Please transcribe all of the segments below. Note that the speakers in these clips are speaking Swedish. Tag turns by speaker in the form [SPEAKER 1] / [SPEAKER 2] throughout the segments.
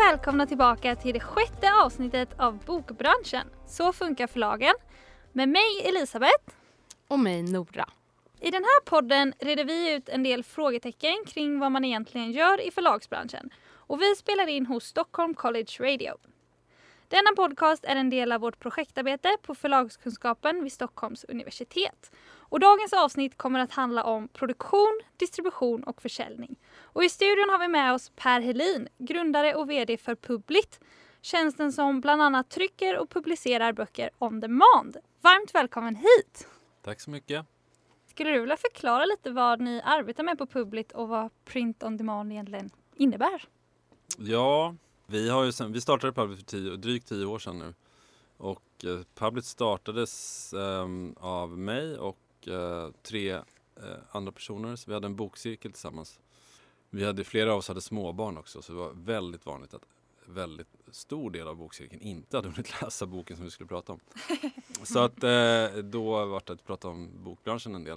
[SPEAKER 1] välkomna tillbaka till det 6:e avsnittet av Bokbranschen. Så funkar förlagen. Med mig Elisabeth.
[SPEAKER 2] Och mig Nora.
[SPEAKER 1] I den här podden reder vi ut en del frågetecken kring vad man egentligen gör i förlagsbranschen. Och vi spelar in hos Stockholm College Radio. Denna podcast är en del av vårt projektarbete på förlagskunskapen vid Stockholms universitet. Och dagens avsnitt kommer att handla om produktion, distribution och försäljning. Och i studion har vi med oss Per Helin, grundare och vd för Publit. Tjänsten som bland annat trycker och publicerar böcker on demand. Varmt välkommen hit!
[SPEAKER 3] Tack så mycket.
[SPEAKER 1] Skulle du vilja förklara lite vad ni arbetar med på Publit och vad print on demand egentligen innebär?
[SPEAKER 3] Ja, vi startade Publit för drygt 10 år sedan nu. Och Publit startades av mig och 3 andra personer. Så vi hade en bokcirkel tillsammans. Flera av oss hade småbarn också, så det var väldigt vanligt att väldigt stor del av bokcirkeln inte hade hunnit läsa boken som vi skulle prata om. Så att då var det att prata om bokbranschen en del.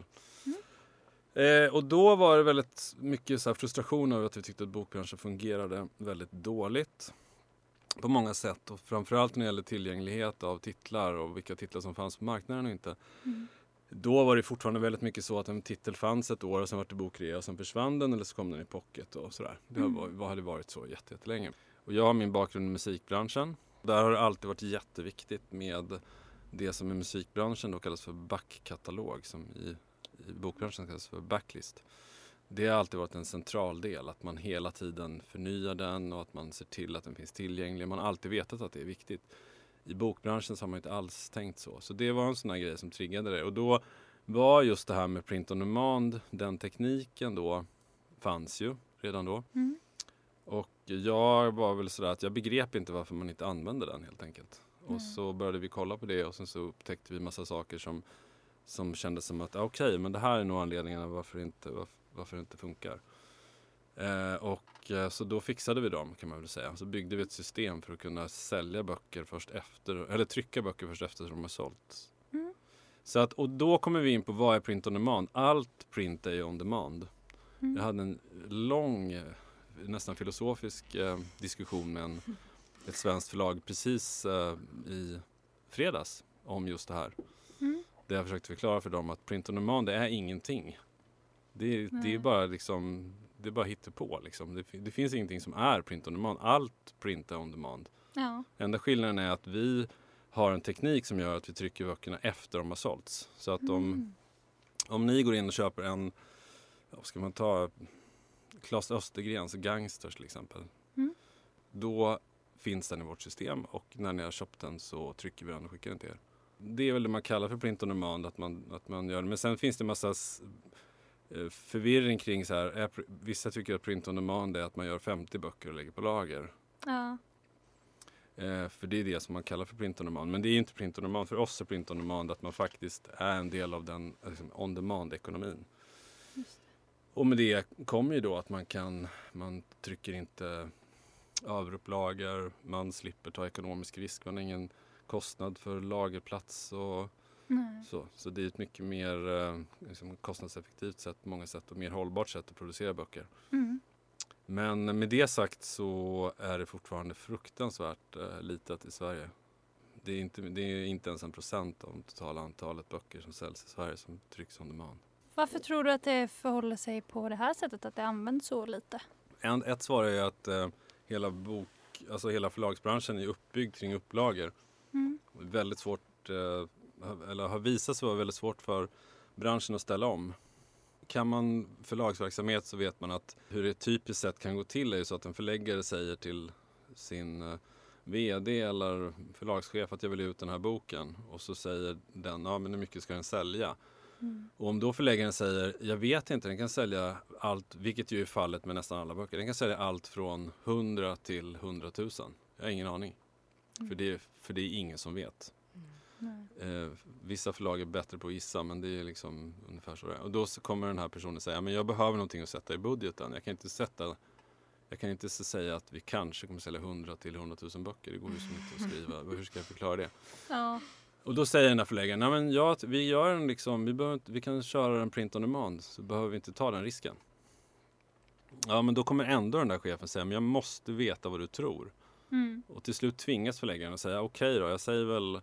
[SPEAKER 3] Och då var det väldigt mycket så här frustration över att vi tyckte att bokbranschen fungerade väldigt dåligt på många sätt. Och framförallt när det gäller tillgänglighet av titlar och vilka titlar som fanns på marknaden och inte. Då var det fortfarande väldigt mycket så att en titel fanns ett år och sen var det bokrea och sen försvann den eller så kom den i pocket och sådär. Det hade varit så jättelänge. Och jag har min bakgrund i musikbranschen. Där har det alltid varit jätteviktigt med det som i musikbranschen då kallas för backkatalog, som i bokbranschen kallas för backlist. Det har alltid varit en central del, att man hela tiden förnyar den och att man ser till att den finns tillgänglig. Man har alltid vetat att det är viktigt. I bokbranschen så har man inte alls tänkt så. Så det var en sån här grej som triggade det. Och då var just det här med print on demand, den tekniken då fanns ju redan då. Och jag var väl sådär att jag begrep inte varför man inte använde den helt enkelt. Och så började vi kolla på det och sen så upptäckte vi massa saker som kändes som att okej, men det här är nog anledningarna varför det inte funkar. Så då fixade vi dem, kan man väl säga. Så byggde vi ett system för att kunna sälja böcker först efter, eller trycka böcker först efter de har sålts. Så att, och då kommer vi in på vad är print on demand. Allt print är ju on demand. Jag hade en lång, nästan filosofisk diskussion med ett svenskt förlag precis i fredags om just det här. Där jag försökte förklara för dem att print on demand, det är ingenting. Det är bara liksom, det är bara hittepå liksom. Det finns ingenting som är print on demand. Allt print är on demand. Ja. Enda skillnaden är att vi har en teknik som gör att vi trycker böckerna efter de har sålts. Så att om ni går in och köper en, vad ska man ta, Claes Östergrens Gangsters till exempel. Då finns den i vårt system och när ni har köpt den så trycker vi den och skickar den till er. Det är väl det man kallar för print on demand, att man gör det. Men sen finns det en massa förvirring kring så här. Vissa tycker att print on demand är att man gör 50 böcker och lägger på lager. Ja. För det är det som man kallar för print on demand. Men det är inte print on demand. För oss är print on demand att man faktiskt är en del av den liksom, on demand-ekonomin. Och med det kommer ju då att man trycker inte överupplager, man slipper ta ekonomisk risk, man har ingen kostnad för lagerplats och så det är ett mycket mer liksom, kostnadseffektivt sätt, många sätt och mer hållbart sätt att producera böcker. Men med det sagt så är det fortfarande fruktansvärt litet i Sverige. Det är inte ens 1% av totala antalet böcker som säljs i Sverige som trycks on demand.
[SPEAKER 1] Varför tror du att det förhåller sig på det här sättet, att det används så lite?
[SPEAKER 3] Ett svar är att hela förlagsbranschen är uppbyggd kring upplagor. Väldigt svårt, eller har visat sig vara väldigt svårt för branschen att ställa om. Kan man förlagsverksamhet så vet man att hur det typiskt sett kan gå till är ju så att en förläggare säger till sin vd eller förlagschef att jag vill ut den här boken. Och så säger den, men hur mycket ska den sälja? Och om då förläggaren säger, jag vet inte, den kan sälja allt, vilket ju är fallet med nästan alla böcker. Den kan sälja allt från 100 till 100 000. Jag har ingen aning. För det är ingen som vet. Vissa förlag är bättre på att gissa, men det är liksom ungefär så det är. Och då kommer den här personen säga, men jag behöver någonting att sätta i budgeten. Jag kan inte säga att vi kanske kommer sälja 100 till 100 000 böcker. Det går ju så mycket att skriva. Hur ska jag förklara det? Ja. Och då säger den här förläggaren, vi gör en liksom, vi kan köra en print on demand, så behöver vi inte ta den risken. Ja, men då kommer ändå den där chefen säga, men jag måste veta vad du tror. Och till slut tvingas förläggaren att säga, okej då, jag säger väl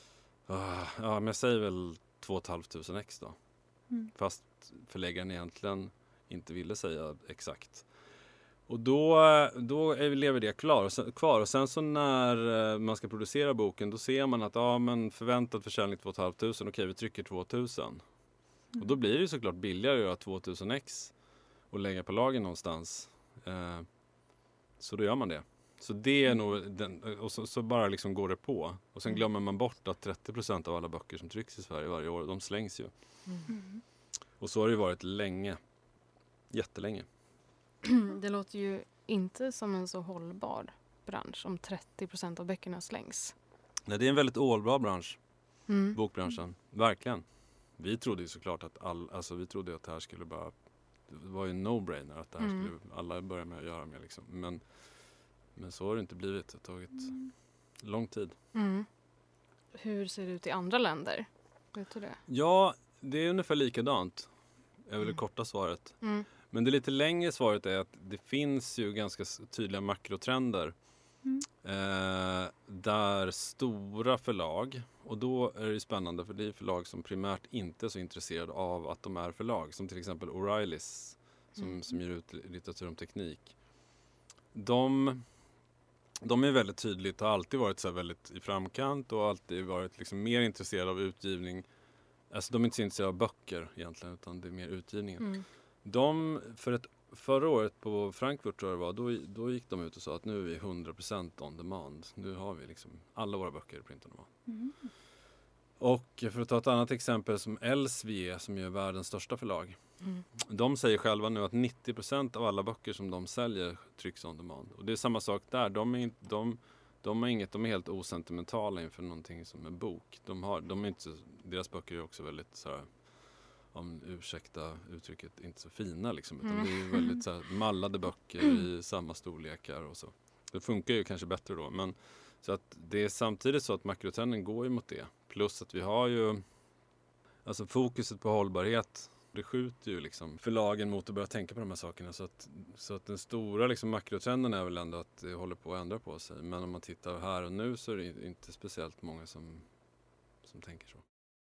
[SPEAKER 3] 2 500 ex då. Fast förläggaren egentligen inte ville säga exakt. Och då lever det kvar. Och sen så när man ska producera boken, då ser man att men förväntad försäljning 2 500, okej, vi trycker 2000. Och då blir det såklart billigare att göra 2000 ex och lägga på lagen någonstans. Så då gör man det. Så det är nog och så bara liksom går det på. Och sen glömmer man bort att 30% av alla böcker som trycks i Sverige varje år, de slängs ju. Och så har det ju varit länge. Jättelänge.
[SPEAKER 2] Det låter ju inte som en så hållbar bransch om 30% av böckerna slängs.
[SPEAKER 3] Nej, det är en väldigt ålbra bransch. Bokbranschen. Verkligen. Vi trodde ju såklart att vi trodde att det här skulle bara, det var ju en no-brainer att det här skulle alla börja med att göra med liksom. Men så har det inte blivit. Det har tagit lång tid.
[SPEAKER 2] Hur ser det ut i andra länder? Vet du det?
[SPEAKER 3] Ja, det är ungefär likadant. Är väl det korta svaret. Men det lite längre svaret är att det finns ju ganska tydliga makrotrender. Där stora förlag, och då är det ju spännande för det är förlag som primärt inte är så intresserade av att de är förlag. Som till exempel O'Reillys som ger ut litteratur om teknik. De är väldigt tydligt, har alltid varit så här väldigt i framkant och alltid varit liksom mer intresserade av utgivning. Alltså de är inte så intresserade av böcker egentligen, utan det är mer utgivningen. Förra året på Frankfurt tror jag det var, då gick de ut och sa att nu är vi 100% on demand. Nu har vi liksom alla våra böcker print on demand. Och för att ta ett annat exempel som Elsevier, som är världens största förlag. De säger själva nu att 90% av alla böcker som de säljer trycks on demand. Och det är samma sak där. De är helt osentimentala inför någonting som är bok. Deras böcker är också väldigt så här, om ursäkta uttrycket, inte så fina liksom, utan det är väldigt så här, mallade böcker i samma storlekar och så. Det funkar ju kanske bättre då, men så att det är samtidigt så att makrotrenden går ju mot det. Plus att vi har ju alltså fokuset på hållbarhet, det skjuter ju liksom förlagen mot att börja tänka på de här sakerna, så att den stora liksom makrotrenden är väl ändå att det håller på att ändra på sig. Men om man tittar här och nu så är det inte speciellt många som tänker så.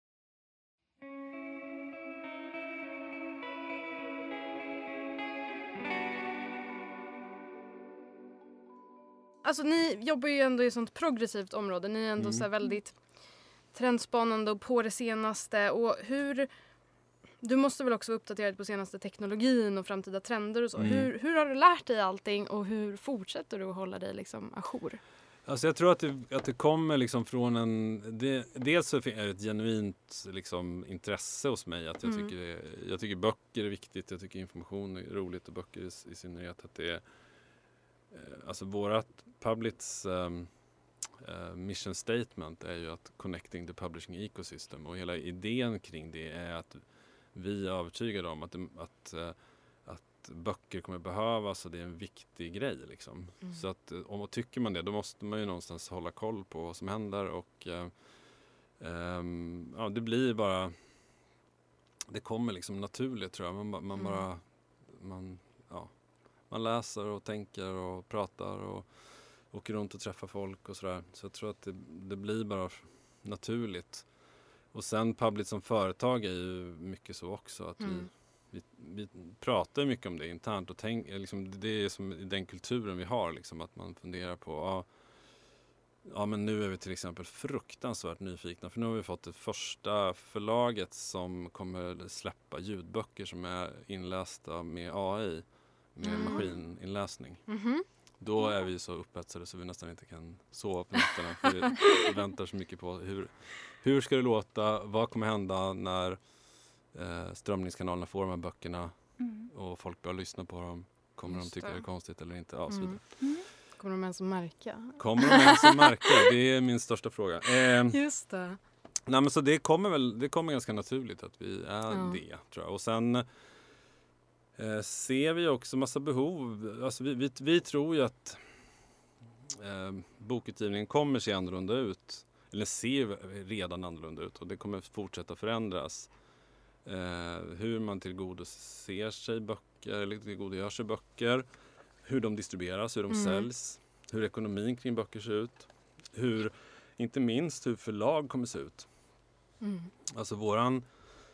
[SPEAKER 2] Alltså ni jobbar ju ändå i ett sånt progressivt område. Ni är ändå så här väldigt trendspanande och på det senaste. Och du måste väl också vara uppdaterad på senaste teknologin och framtida trender och så. Hur har du lärt dig allting och hur fortsätter du att hålla dig liksom ajour?
[SPEAKER 3] Alltså jag tror att det kommer liksom från dels så är det ett genuint liksom intresse hos mig att jag tycker böcker är viktigt, jag tycker information är roligt och böcker i synnerhet att det är alltså vårat Publits mission statement är ju att connecting the publishing ecosystem, och hela idén kring det är att vi är övertygade om att böcker kommer behövas och det är en viktig grej liksom. Så att om tycker man det, då måste man ju någonstans hålla koll på vad som händer och det blir bara, det kommer liksom naturligt tror jag. Man läser och tänker och pratar och åker runt och träffar folk och sådär. Så jag tror att det blir bara naturligt. Och sen Public som företag är ju mycket så också. Att vi pratar mycket om det internt och liksom, det är som den kulturen vi har. Liksom, att man funderar på men nu är vi till exempel fruktansvärt nyfikna. För nu har vi fått det första förlaget som kommer släppa ljudböcker som är inlästa med AI. Med maskininläsning. Då är vi så upphetsade så vi nästan inte kan sova på nätterna. För vi väntar så mycket på hur ska det låta, vad kommer hända när strömningskanalerna får de här böckerna och folk börjar lyssna på dem. Kommer de tycka det är konstigt eller inte? Ja, så vidare.
[SPEAKER 2] Kommer de ens att märka?
[SPEAKER 3] Det är min största fråga.
[SPEAKER 2] Just det.
[SPEAKER 3] Nej, men så det kommer ganska naturligt att vi är det, tror jag. Och sen ser vi också massa behov. Alltså vi tror ju att bokutgivningen kommer se annorlunda ut. Eller ser redan annorlunda ut. Och det kommer fortsätta förändras. Hur man tillgodoser sig böcker böcker eller tillgodogör sig böcker. Hur de distribueras, hur de säljs. Hur ekonomin kring böcker ser ut. Inte minst hur förlag kommer se ut. Alltså våran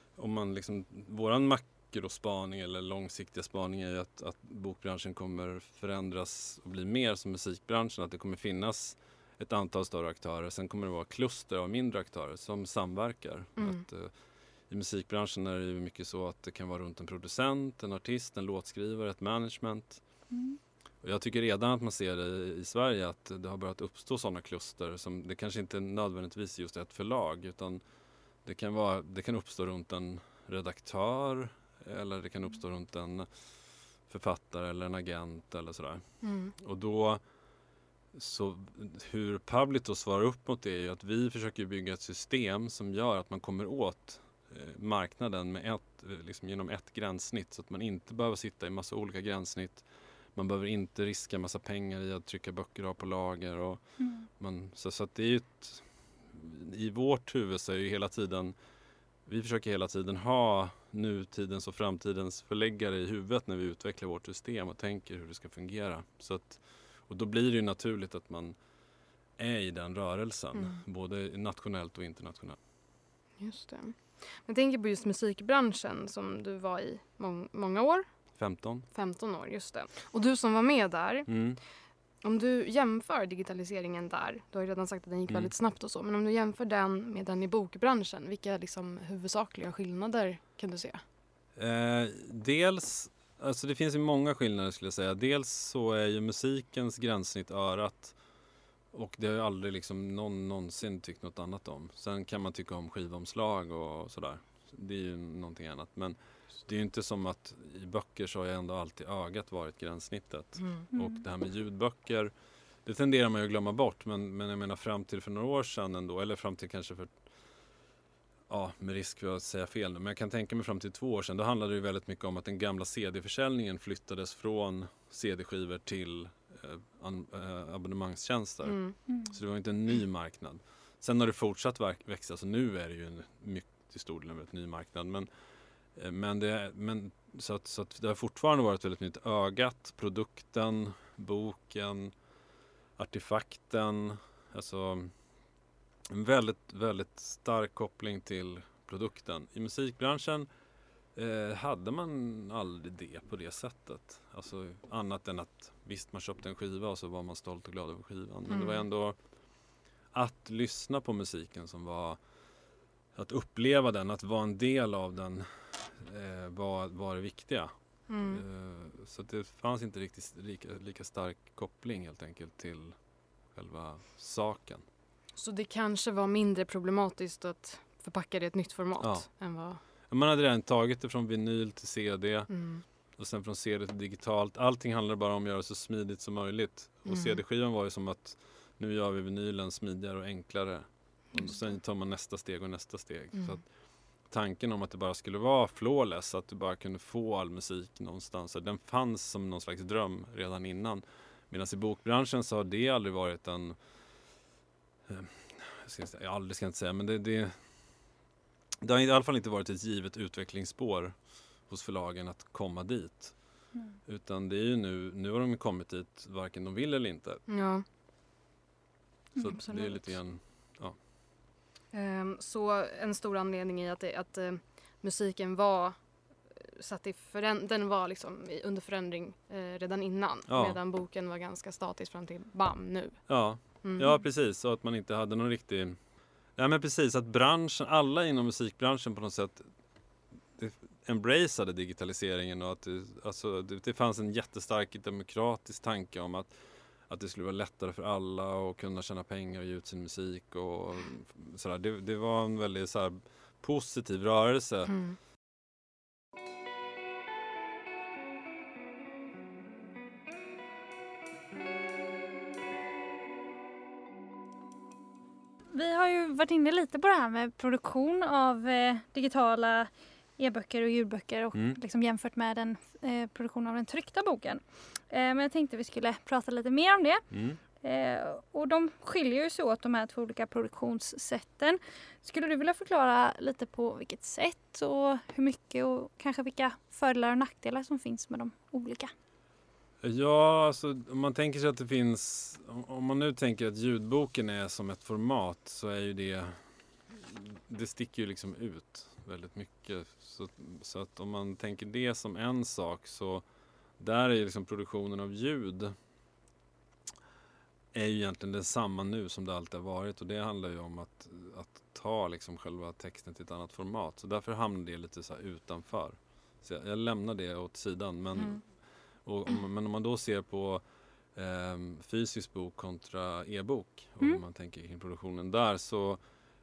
[SPEAKER 3] makrospaning eller långsiktiga spaning är ju att bokbranschen kommer förändras och bli mer som musikbranschen. Att det kommer finnas ett antal större aktörer. Sen kommer det vara kluster av mindre aktörer som samverkar. I musikbranschen är det ju mycket så att det kan vara runt en producent, en artist, en låtskrivare, ett management. Och jag tycker redan att man ser det i Sverige att det har börjat uppstå sådana kluster. Som det kanske inte nödvändigtvis just är ett förlag, utan det kan uppstå runt en redaktör eller det kan uppstå runt en författare eller en agent eller sådär. Och då så hur Public då svarar upp mot det är ju att vi försöker bygga ett system som gör att man kommer åt marknaden med genom ett gränssnitt, så att man inte behöver sitta i massa olika gränssnitt. Man behöver inte riska massa pengar i att trycka böcker av på lager. Och så att det är ju i vårt huvud så är ju hela tiden, vi försöker hela tiden ha nutidens och framtidens förläggare i huvudet när vi utvecklar vårt system och tänker hur det ska fungera. Och då blir det ju naturligt att man är i den rörelsen, både nationellt och internationellt.
[SPEAKER 2] Just det. Jag tänker på just musikbranschen som du var i många år. 15 år, just det. Och du som var med där, om du jämför digitaliseringen där, du har ju redan sagt att den gick väldigt snabbt och så, men om du jämför den med den i bokbranschen, vilka liksom huvudsakliga skillnader kan du se?
[SPEAKER 3] Dels, alltså det finns ju många skillnader skulle jag säga. Dels så är ju musikens gränssnitt örat, och det har ju aldrig liksom någonsin tyckt något annat om. Sen kan man tycka om skivomslag och sådär. Det är ju någonting annat. Men det är ju inte som att i böcker så har ju ändå alltid ögat varit gränssnittet. Och det här med ljudböcker, det tenderar man ju att glömma bort. Men jag menar fram till för några år sedan ändå, eller fram till kanske med risk för att säga fel nu, men jag kan tänka mig fram till 2 år sedan, då handlade det ju väldigt mycket om att den gamla CD-försäljningen flyttades från CD-skivor till abonnemangstjänster. Så det var inte en ny marknad. Sen har det fortsatt växa, så nu är det ju en mycket stor del av en ny marknad. Så att det har fortfarande varit väldigt mycket ögat, produkten, boken, artefakten, alltså en väldigt, väldigt stark koppling till produkten. I musikbranschen hade man aldrig det på det sättet. Alltså annat än att visst, man köpte en skiva och så var man stolt och glad över skivan. Men det var ändå att lyssna på musiken som var, att uppleva den, att vara en del av den var det viktiga. Så det fanns inte riktigt lika stark koppling helt enkelt till själva saken.
[SPEAKER 2] Så det kanske var mindre problematiskt att förpacka det i ett nytt format än vad...
[SPEAKER 3] Man hade redan tagit det från vinyl till CD och sen från CD till digitalt. Allting handlade bara om att göra det så smidigt som möjligt. Och CD-skivan var ju som att nu gör vi vinylen smidigare och enklare. Och sen tar man nästa steg och nästa steg. Så att tanken om att det bara skulle vara flawless, att du bara kunde få all musik någonstans, den fanns som någon slags dröm redan innan. Medan i bokbranschen så har det aldrig varit en... aldrig ska jag inte säga, men det har i alla fall inte varit ett givet utvecklingsspår hos förlagen att komma dit. Utan det är ju nu har de kommit dit varken de vill eller inte.
[SPEAKER 2] Ja.
[SPEAKER 3] Så det är lite grann...
[SPEAKER 2] Så en stor anledning i att musiken var den var liksom under förändring redan innan. Medan boken var ganska statisk fram till nu.
[SPEAKER 3] Ja, precis. Så att man inte hade någon riktig... Ja, men precis. Att branschen, alla inom musikbranschen på något sätt embraceade digitaliseringen. Och att det fanns en jättestark demokratisk tanke om att det skulle vara lättare för alla att kunna tjäna pengar och ge ut sin musik. Och sådär. Det var en väldigt så här, positiv rörelse.
[SPEAKER 1] Vi har ju varit inne lite på det här med produktion av digitala e-böcker och ljudböcker och liksom jämfört med den produktion av den tryckta boken. Men jag tänkte vi skulle prata lite mer om det. Och de skiljer ju sig åt, de här två olika produktionssätten. Skulle du vilja förklara lite på vilket sätt och hur mycket och kanske vilka fördelar och nackdelar som finns med de olika?
[SPEAKER 3] Ja, alltså om man tänker sig att det finns, om man nu tänker att ljudboken är som ett format, så är ju det sticker ju liksom ut väldigt mycket. Så att om man tänker det som en sak, så där är ju liksom produktionen av ljud är ju egentligen densamma nu som det alltid har varit, och det handlar ju om att ta liksom själva texten till ett annat format. Så därför hamnar det lite så här utanför. Så jag lämnar det åt sidan, men men om man då ser på fysisk bok kontra e-bok, och om man tänker kring produktionen där, så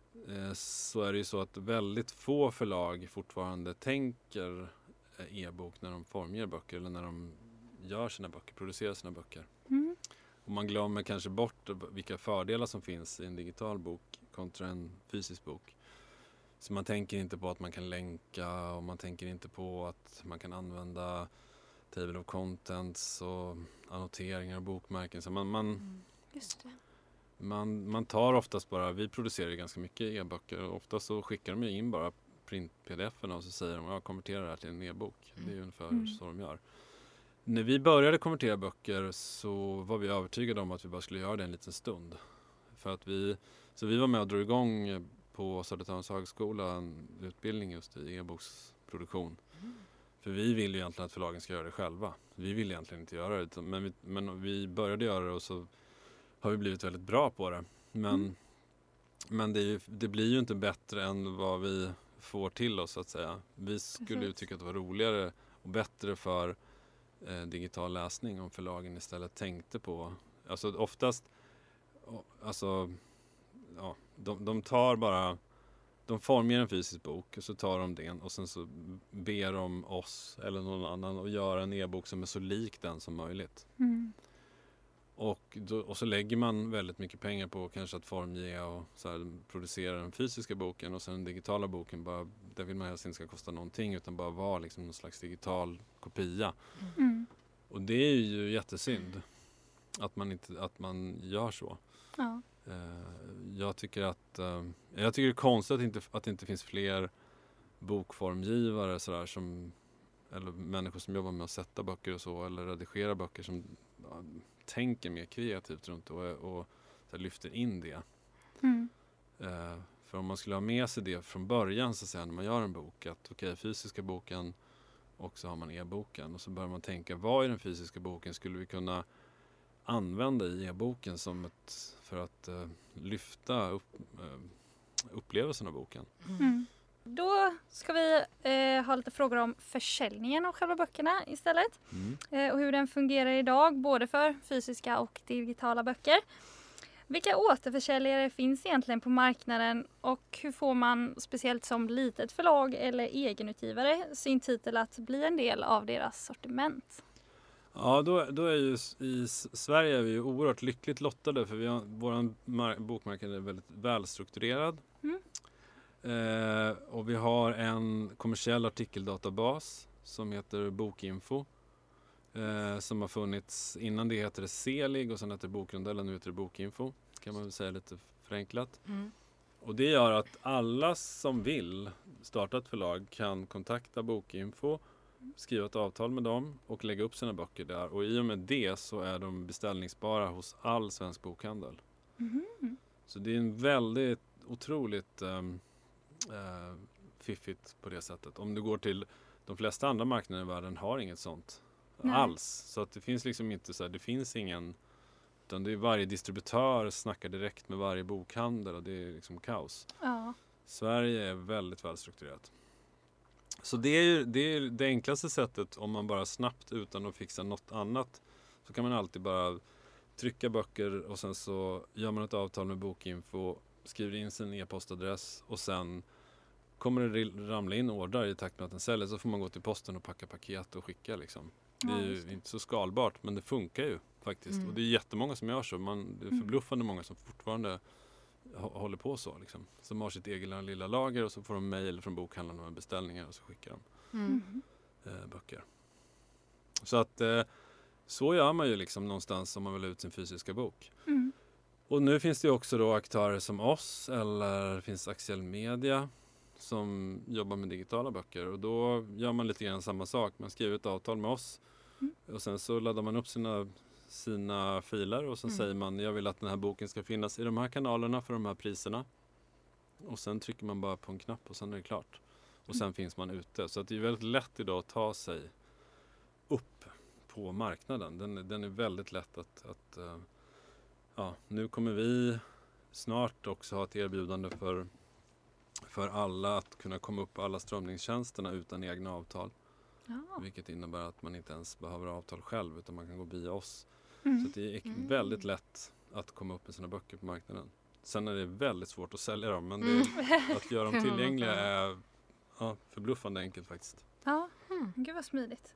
[SPEAKER 3] är det ju så att väldigt få förlag fortfarande tänker e-bok när de formger böcker eller när de gör sina böcker, producerar sina böcker. Och man glömmer kanske bort vilka fördelar som finns i en digital bok kontra en fysisk bok. Så man tänker inte på att man kan länka, och man tänker inte på att man kan använda table of contents och annoteringar och bokmärken. Så
[SPEAKER 1] Just det.
[SPEAKER 3] man tar oftast bara, vi producerar ju ganska mycket e-böcker, och ofta så skickar de ju in bara print-pdf-erna och så säger de, jag konverterar det här till en e-bok. Det är ju ungefär så de gör. När vi började konvertera böcker så var vi övertygade om att vi bara skulle göra det en liten stund. För att vi var med och drog igång på Södertörns högskola en utbildning just i e-boksproduktion. För vi vill ju egentligen att förlagen ska göra det själva. Vi vill egentligen inte göra det, men vi började göra det, och så har vi blivit väldigt bra på det. Men det blir ju inte bättre än vad vi får till oss, så att säga. Vi skulle ju tycka att det var roligare och bättre för digital läsning om förlagen istället tänkte på, alltså oftast, alltså ja, de tar bara, de formar en fysisk bok och så tar de den och sen så ber de oss eller någon annan att göra en e-bok som är så lik den som möjligt. Och så lägger man väldigt mycket pengar på kanske att formge och så här, producera den fysiska boken, och sen den digitala boken, bara, där vill man helst inte ska kosta någonting utan bara vara liksom någon slags digital kopia. Och det är ju jättesynd att man gör så.
[SPEAKER 1] Ja.
[SPEAKER 3] Jag tycker det är konstigt att det inte finns fler bokformgivare så där, som, eller människor som jobbar med att sätta böcker och så, eller redigera böcker, som tänker mer kreativt runt och så lyfter in det. För om man skulle ha med sig det från början, så att säga, när man gör en bok, att okej, fysiska boken, och så har man e-boken, och så börjar man tänka, vad i den fysiska boken skulle vi kunna använda i e-boken för att lyfta upp upplevelsen av boken.
[SPEAKER 1] Då ska vi ha lite frågor om försäljningen av själva böckerna istället. Och hur den fungerar idag, både för fysiska och digitala böcker. Vilka återförsäljare finns egentligen på marknaden, och hur får man, speciellt som litet förlag eller egenutgivare, sin titel att bli en del av deras sortiment?
[SPEAKER 3] Ja, då är ju i Sverige är vi ju oerhört lyckligt lottade, för vår bokmarknad är väldigt välstrukturerad. Och vi har en kommersiell artikeldatabas som heter Bokinfo, som har funnits, innan det heter det Selig och sen heter det Bokrondellen, nu heter det Bokinfo, kan man väl säga lite förenklat. Och det gör att alla som vill starta ett förlag kan kontakta Bokinfo, skriva ett avtal med dem och lägga upp sina böcker där, och i och med det så är de beställningsbara hos all svensk bokhandel. Så det är en väldigt otroligt fiffigt på det sättet. Om du går till de flesta andra marknader i världen, har inget sånt alls. Så att det finns liksom inte så här, det finns ingen, utan det är varje distributör snackar direkt med varje bokhandel, och det är liksom kaos. Sverige är väldigt välstrukturerat. Så det är det enklaste sättet, om man bara snabbt, utan att fixa något annat, så kan man alltid bara trycka böcker, och sen så gör man ett avtal med Bokinfo, skriver in sin e-postadress, och sen kommer det ramla in ordrar i takt med att den säljer, så får man gå till posten och packa paket och skicka liksom. Det är ju inte så skalbart, men det funkar ju faktiskt. Och det är jättemånga som gör så. Det är förbluffande många som fortfarande håller på så liksom. Som har sitt eget lilla lager, och så får de mejl från bokhandlarna med beställningar, och så skickar de böcker. Så att så gör man ju liksom någonstans om man vill ha ut sin fysiska bok.
[SPEAKER 1] Mm.
[SPEAKER 3] Och nu finns det ju också då aktörer som oss, eller det finns Axial Media som jobbar med digitala böcker, och då gör man lite grann samma sak. Man skriver ett avtal med oss och sen så laddar man upp sina filer och så säger man, jag vill att den här boken ska finnas i de här kanalerna för de här priserna. Och sen trycker man bara på en knapp och sen är det klart. Och sen finns man ute. Så att det är väldigt lätt idag att ta sig upp på marknaden. Den är väldigt lätt att nu kommer vi snart också ha ett erbjudande för alla att kunna komma upp på alla strömningstjänsterna utan egna avtal.
[SPEAKER 1] Ja.
[SPEAKER 3] Vilket innebär att man inte ens behöver avtal själv utan man kan gå via oss.
[SPEAKER 1] Mm.
[SPEAKER 3] Så att det är väldigt lätt att komma upp med sina böcker på marknaden. Sen är det väldigt svårt att sälja dem, men att göra dem tillgängliga är förbluffande enkelt faktiskt.
[SPEAKER 1] Ja, gud vad smidigt.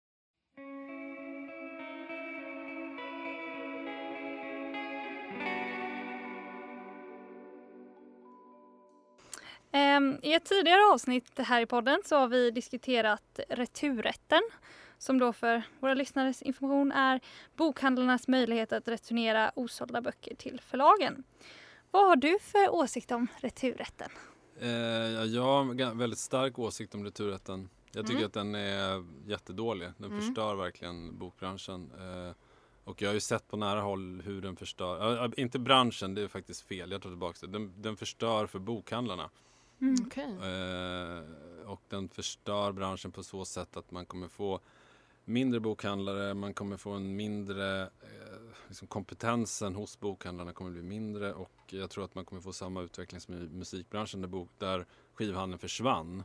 [SPEAKER 1] I ett tidigare avsnitt här i podden så har vi diskuterat returrätten, som då för våra lyssnares information är bokhandlarnas möjlighet att returnera osålda böcker till förlagen. Vad har du för åsikt om returrätten?
[SPEAKER 3] Jag har en väldigt stark åsikt om returrätten. Jag tycker att den är jättedålig. Den förstör verkligen bokbranschen. Och jag har ju sett på nära håll hur den förstör. Inte branschen, det är faktiskt fel. Jag tar tillbaka det. Den förstör för bokhandlarna.
[SPEAKER 2] Okay.
[SPEAKER 3] Och den förstör branschen på så sätt att man kommer få mindre bokhandlare, man kommer få en mindre kompetensen hos bokhandlarna kommer bli mindre, och jag tror att man kommer få samma utveckling som i musikbranschen där skivhandeln försvann.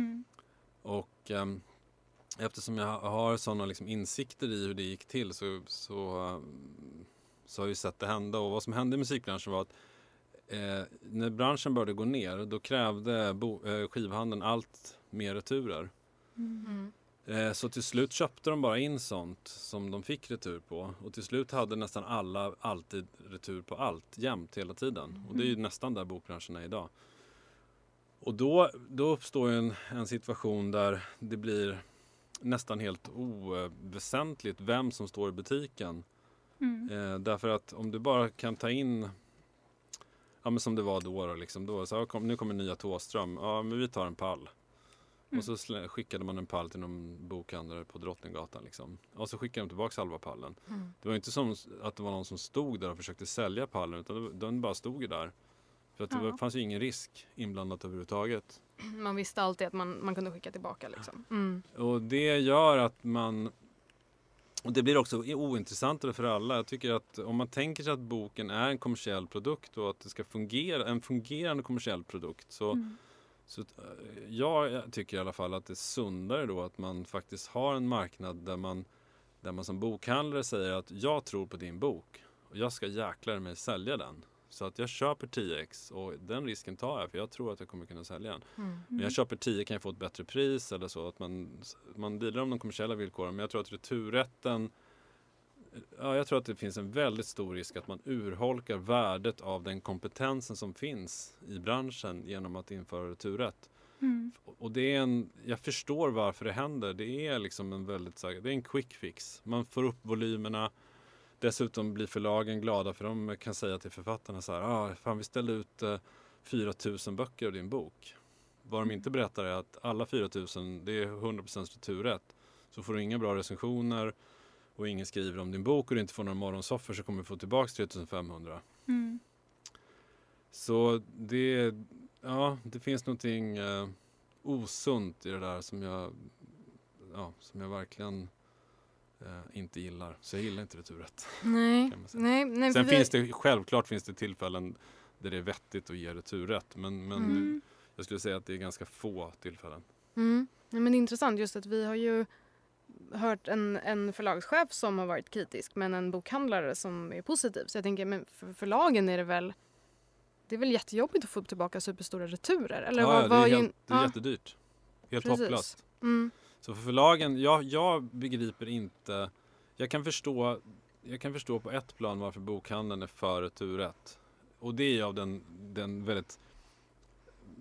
[SPEAKER 3] Och eftersom jag har sådana insikter i hur det gick till så har jag sett det hända, och vad som hände i musikbranschen var att när branschen började gå ner, då krävde skivhandeln allt mer returer. Så till slut köpte de bara in sånt som de fick retur på, och till slut hade nästan alla alltid retur på allt jämt hela tiden, och det är ju nästan där bokbranschen är idag. Och då uppstår en situation där det blir nästan helt oväsentligt vem som står i butiken. Därför att om du bara kan ta in, men som det var då så nu kommer nya Thåström, men vi tar en pall. Och så skickade man en pall till någon bokhandlare på Drottninggatan och så skickade de tillbaka halva pallen. Det var inte som att det var någon som stod där och försökte sälja pallen, utan den bara stod ju där. För att det fanns ju ingen risk inblandat överhuvudtaget.
[SPEAKER 2] Man visste alltid att man kunde skicka tillbaka
[SPEAKER 3] Och det gör att och det blir också ointressantare för alla. Jag tycker att om man tänker sig att boken är en kommersiell produkt och att det ska fungera, en fungerande kommersiell produkt, så jag tycker i alla fall att det är sundare då att man faktiskt har en marknad där man som bokhandlare säger att jag tror på din bok och jag ska jäklar mig sälja den. Så att jag köper 10x och den risken tar jag, för jag tror att jag kommer kunna sälja den. Men jag köper 10 kan jag få ett bättre pris eller så. Att man delar om de kommersiella villkoren. Men jag tror att returrätten, jag tror att det finns en väldigt stor risk att man urholkar värdet av den kompetensen som finns i branschen genom att införa returrätt. Och det är jag förstår varför det händer. Det är det är en quick fix. Man får upp volymerna. Dessutom blir förlagen glada, för de kan säga till författarna så här: fan, vi ställde ut 4000 böcker av din bok. Vad de inte berättar är att alla 4000, det är 100% returrätt. Så får du inga bra recensioner och ingen skriver om din bok och du inte får några morgonsoffer, så kommer du få tillbaka 3500. Så det finns någonting osunt i det där som jag verkligen inte gillar. Så jag gillar inte returrätt.
[SPEAKER 2] Nej.
[SPEAKER 3] Sen självklart finns det tillfällen där det är vettigt att ge returrätt, men jag skulle säga att det är ganska få tillfällen.
[SPEAKER 2] Ja, men det är intressant just att vi har ju hört en förlagschef som har varit kritisk, men en bokhandlare som är positiv. Så jag tänker, men för förlagen är det är väl jättejobbigt att få tillbaka superstora returer? Eller
[SPEAKER 3] det är jättedyrt. Helt hopplöst. Så för förlagen, jag begriper inte. Jag kan förstå på ett plan varför bokhandeln är för returrätt. Och det är av den väldigt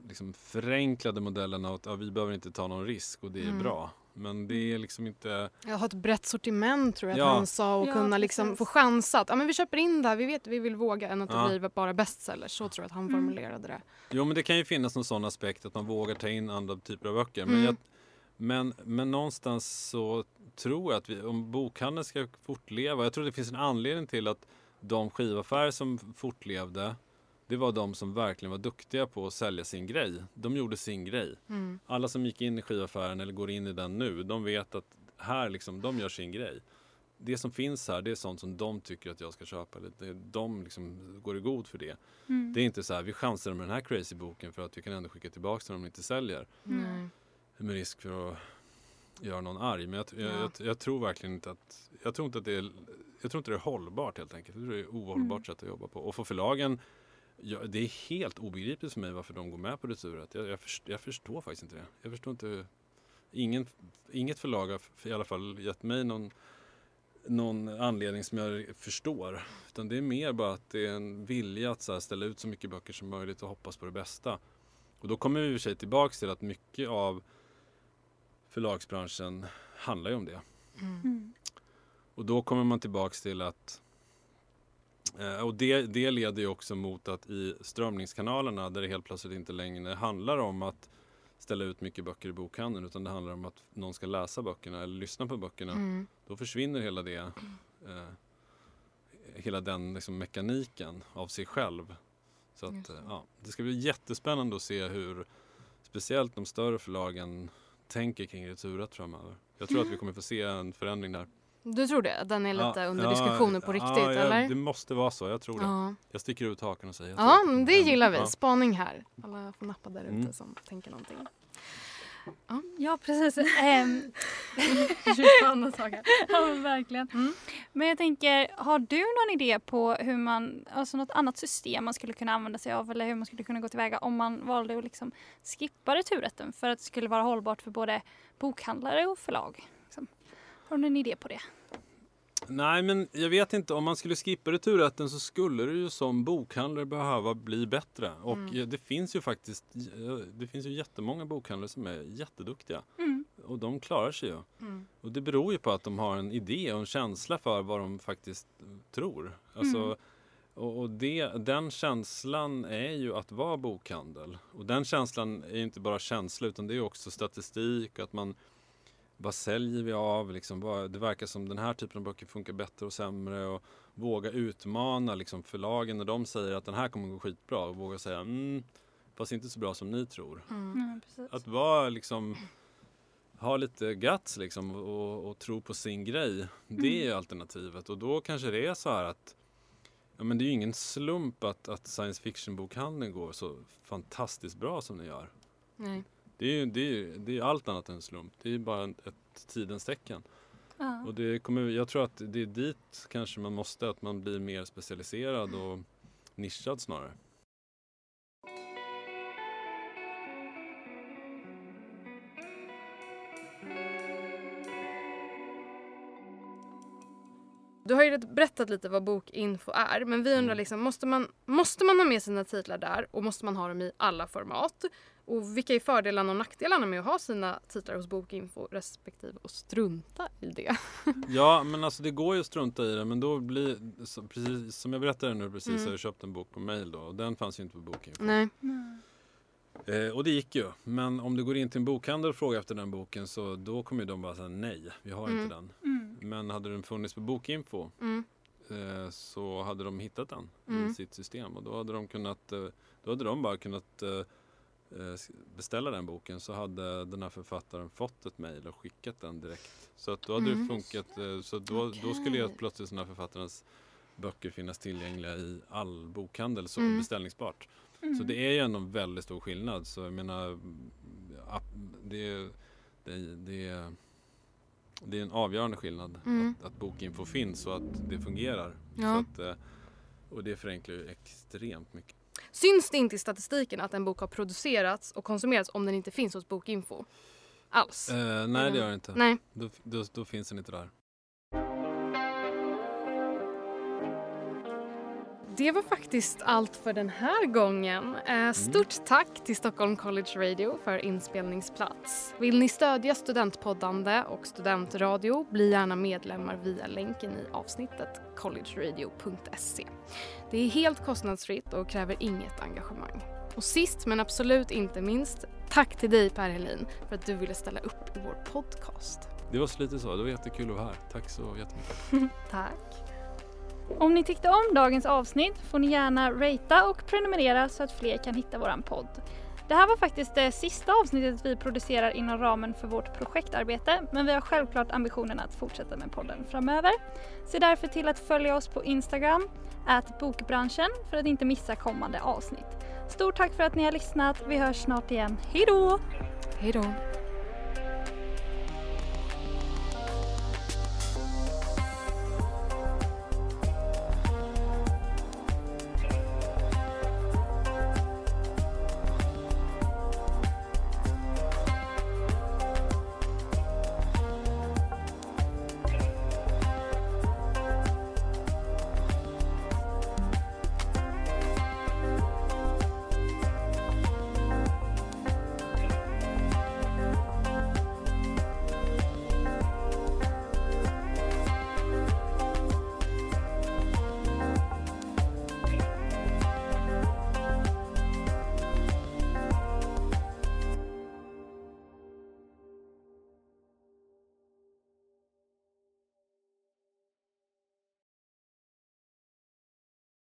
[SPEAKER 3] liksom förenklade modellen av att vi behöver inte ta någon risk och det är bra. Men det är liksom inte...
[SPEAKER 2] Jag har ett brett sortiment tror jag att han sa och kunna liksom få chansa att vi köper in det här, vi vet att vi vill våga än att det blir bara bestsellers. Så tror jag att han formulerade det.
[SPEAKER 3] Jo, men det kan ju finnas någon sån aspekt att man vågar ta in andra typer av böcker. Men någonstans så tror jag att om bokhandeln ska fortleva, jag tror det finns en anledning till att de skivaffärer som fortlevde, det var de som verkligen var duktiga på att sälja sin grej. De gjorde sin grej. Alla som gick in i skivaffären eller går in i den nu, de vet att här liksom, de gör sin grej. Det som finns här, det är sånt som de tycker att jag ska köpa. De liksom går i god för det. Det är inte så här, vi chansar med den här crazy-boken för att vi kan ändå skicka tillbaka den om de inte säljer. Med risk för att göra någon arg. Men jag tror verkligen inte att... Jag tror inte att det är hållbart helt enkelt. Jag tror det är ohållbart sätt att jobba på. Och för förlagen, det är helt obegripligt för mig varför de går med på returrätt. Jag förstår faktiskt inte det. Jag förstår inte... Inget förlag har i alla fall gett mig någon anledning som jag förstår. Utan det är mer bara att det är en vilja att så här, ställa ut så mycket böcker som möjligt och hoppas på det bästa. Och då kommer vi i och för sig tillbaka till att mycket av förlagsbranschen handlar ju om det. Och då kommer man tillbaka till att och det leder ju också mot att i strömningskanalerna där det helt plötsligt inte längre handlar om att ställa ut mycket böcker i bokhandeln utan det handlar om att någon ska läsa böckerna eller lyssna på böckerna. Då försvinner hela den liksom mekaniken av sig själv. Så att, det ska bli jättespännande att se hur speciellt de större förlagen tänker kring returrätt framöver. Jag tror att vi kommer få se en förändring där.
[SPEAKER 2] Du tror det? Den är lite under diskussioner på riktigt, eller?
[SPEAKER 3] Det måste vara så, jag tror det. Jag sticker ut haken och säger.
[SPEAKER 2] Ja, men det gillar vi. Spaning här. Alla får nappa där ute som tänker någonting.
[SPEAKER 1] Ja, precis.
[SPEAKER 2] Andra saker.
[SPEAKER 1] Ja, men verkligen. Men jag tänker, har du någon idé på hur man, alltså något annat system man skulle kunna använda sig av eller hur man skulle kunna gå tillväga om man valde att liksom skippa returrätten för att det skulle vara hållbart för både bokhandlare och förlag? Liksom. Har du en idé på det?
[SPEAKER 3] Nej, men jag vet inte. Om man skulle skippa returrätten så skulle det ju som bokhandlare behöva bli bättre. Och det finns ju faktiskt jättemånga bokhandlare som är jätteduktiga. Och de klarar sig ju. Och det beror ju på att de har en idé och en känsla för vad de faktiskt tror. Alltså, och den känslan är ju att vara bokhandel. Och den känslan är ju inte bara känsla utan det är också statistik och att man vad säljer vi av? Liksom, det verkar som den här typen av böcker funkar bättre och sämre. Och våga utmana liksom, förlagen när de säger att den här kommer gå skitbra. Och våga säga, fast inte så bra som ni tror. Att vara liksom, ha lite guts liksom, och tro på sin grej. Det är alternativet. Och då kanske det är så här att men det är ju ingen slump att science fiction-bokhandeln går så fantastiskt bra som den gör.
[SPEAKER 2] Nej.
[SPEAKER 3] Det är allt annat än slump. Det är bara ett tidens tecken. Och jag tror att det är dit kanske man måste, att man blir mer specialiserad och nischad snarare.
[SPEAKER 2] Du har ju berättat lite vad bokinfo är, men vi undrar liksom, måste man ha med sina titlar där och måste man ha dem i alla format? Och vilka är fördelarna och nackdelarna med att ha sina titlar hos bokinfo respektive att strunta i det?
[SPEAKER 3] Ja, men alltså det går ju att strunta i det, men då blir, precis som jag berättade nu precis, har jag köpt en bok på mail då och den fanns ju inte på bokinfo.
[SPEAKER 2] Nej.
[SPEAKER 3] Och det gick ju, men om du går in till en bokhandel och frågar efter den boken så då kommer ju de bara säga nej, vi har inte den. Men hade den funnits på bokinfo så hade de hittat den i sitt system och då hade de bara kunnat beställa den boken så hade den här författaren fått ett mejl och skickat den direkt. Så att då hade det funkat, så då skulle ju plötsligt den här författarens böcker finnas tillgängliga i all bokhandel så beställningsbart. Så det är ju ändå en väldigt stor skillnad. Så jag menar, det är en avgörande skillnad att bokinfo finns och att det fungerar.
[SPEAKER 2] Ja.
[SPEAKER 3] Så att, och det förenklar ju extremt mycket.
[SPEAKER 2] Syns det inte i statistiken att en bok har producerats och konsumerats om den inte finns hos bokinfo? Alls?
[SPEAKER 3] Nej, det gör det inte.
[SPEAKER 2] Nej.
[SPEAKER 3] Då finns den inte där.
[SPEAKER 2] Det var faktiskt allt för den här gången. Stort tack till Stockholm College Radio för inspelningsplats. Vill ni stödja studentpoddande och studentradio, bli gärna medlemmar via länken i avsnittet collegeradio.se. Det är helt kostnadsfritt och kräver inget engagemang. Och sist men absolut inte minst, tack till dig Per Helin för att du ville ställa upp i vår podcast.
[SPEAKER 3] Det var så lite så, det var jättekul att vara här. Tack så jättemycket.
[SPEAKER 2] Tack.
[SPEAKER 1] Om ni tyckte om dagens avsnitt får ni gärna ratea och prenumerera så att fler kan hitta våran podd. Det här var faktiskt det sista avsnittet vi producerar inom ramen för vårt projektarbete, men vi har självklart ambitionen att fortsätta med podden framöver. Se därför till att följa oss på Instagram @bokbranschen för att inte missa kommande avsnitt. Stort tack för att ni har lyssnat. Vi hörs snart igen. Hej då!
[SPEAKER 2] Hej då!